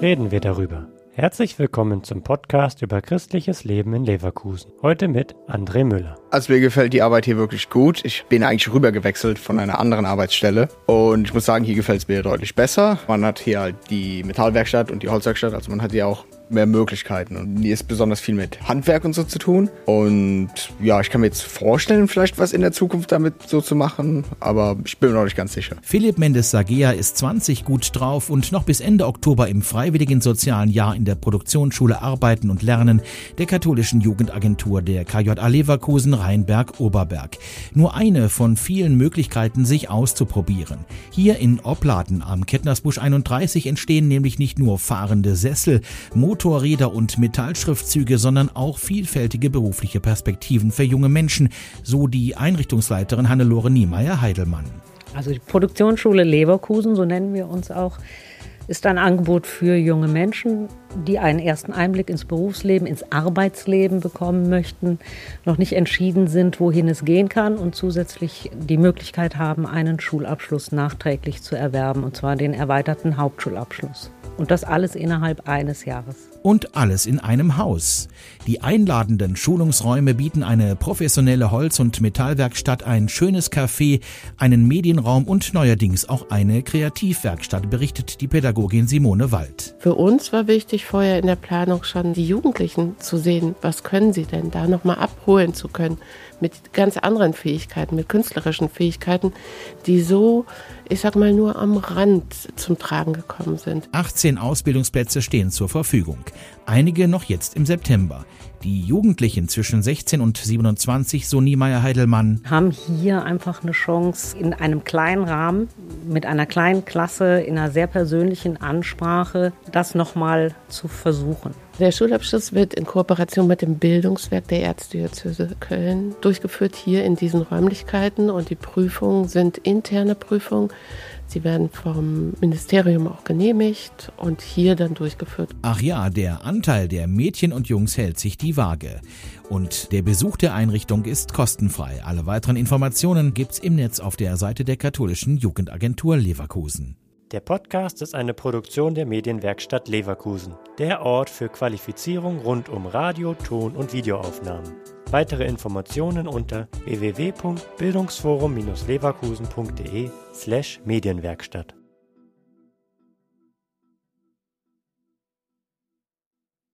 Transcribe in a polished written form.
reden wir darüber. Herzlich willkommen zum Podcast über christliches Leben in Leverkusen. Heute mit André Müller. Also mir gefällt die Arbeit hier wirklich gut. Ich bin eigentlich rübergewechselt von einer anderen Arbeitsstelle. Und ich muss sagen, hier gefällt es mir deutlich besser. Man hat hier halt die Metallwerkstatt und die Holzwerkstatt. Also man hat hier auch mehr Möglichkeiten. Und hier ist besonders viel mit Handwerk und so zu tun. Und ja, ich kann mir jetzt vorstellen, vielleicht was in der Zukunft damit so zu machen. Aber ich bin mir noch nicht ganz sicher. Philipp Mendes-Sagea ist 20, gut drauf und noch bis Ende Oktober im freiwilligen sozialen Jahr in der Produktionsschule Arbeiten und Lernen der katholischen Jugendagentur der KJA Leverkusen Rheinberg-Oberberg. Nur eine von vielen Möglichkeiten, sich auszuprobieren. Hier in Opladen am Kettnersbusch 31 entstehen nämlich nicht nur fahrende Sessel, Motorräder und Metallschriftzüge, sondern auch vielfältige berufliche Perspektiven für junge Menschen, so die Einrichtungsleiterin Hannelore Niemeyer-Heidelmann. Also die Produktionsschule Leverkusen, so nennen wir uns auch, ist ein Angebot für junge Menschen, die einen ersten Einblick ins Berufsleben, ins Arbeitsleben bekommen möchten, noch nicht entschieden sind, wohin es gehen kann und zusätzlich die Möglichkeit haben, einen Schulabschluss nachträglich zu erwerben, und zwar den erweiterten Hauptschulabschluss. Und das alles innerhalb eines Jahres. Und alles in einem Haus. Die einladenden Schulungsräume bieten eine professionelle Holz- und Metallwerkstatt, ein schönes Café, einen Medienraum und neuerdings auch eine Kreativwerkstatt, berichtet die Pädagogin Simone Wald. Für uns war wichtig, vorher in der Planung schon die Jugendlichen zu sehen, was können sie denn da nochmal abholen zu können mit ganz anderen Fähigkeiten, mit künstlerischen Fähigkeiten, die so, ich sag mal, nur am Rand zum Tragen gekommen sind. 18 Ausbildungsplätze stehen zur Verfügung. Einige noch jetzt im September. Die Jugendlichen zwischen 16 und 27, so Niemeyer-Heidelmann, haben hier einfach eine Chance, in einem kleinen Rahmen, mit einer kleinen Klasse, in einer sehr persönlichen Ansprache, das nochmal zu versuchen. Der Schulabschluss wird in Kooperation mit dem Bildungswerk der Erzdiözese Köln durchgeführt, hier in diesen Räumlichkeiten. Und die Prüfungen sind interne Prüfungen. Sie werden vom Ministerium auch genehmigt und hier dann durchgeführt. Ach ja, der Anteil der Mädchen und Jungs hält sich die Waage. Und der Besuch der Einrichtung ist kostenfrei. Alle weiteren Informationen gibt's im Netz auf der Seite der katholischen Jugendagentur Leverkusen. Der Podcast ist eine Produktion der Medienwerkstatt Leverkusen, der Ort für Qualifizierung rund um Radio-, Ton- und Videoaufnahmen. Weitere Informationen unter www.bildungsforum-leverkusen.de/Medienwerkstatt.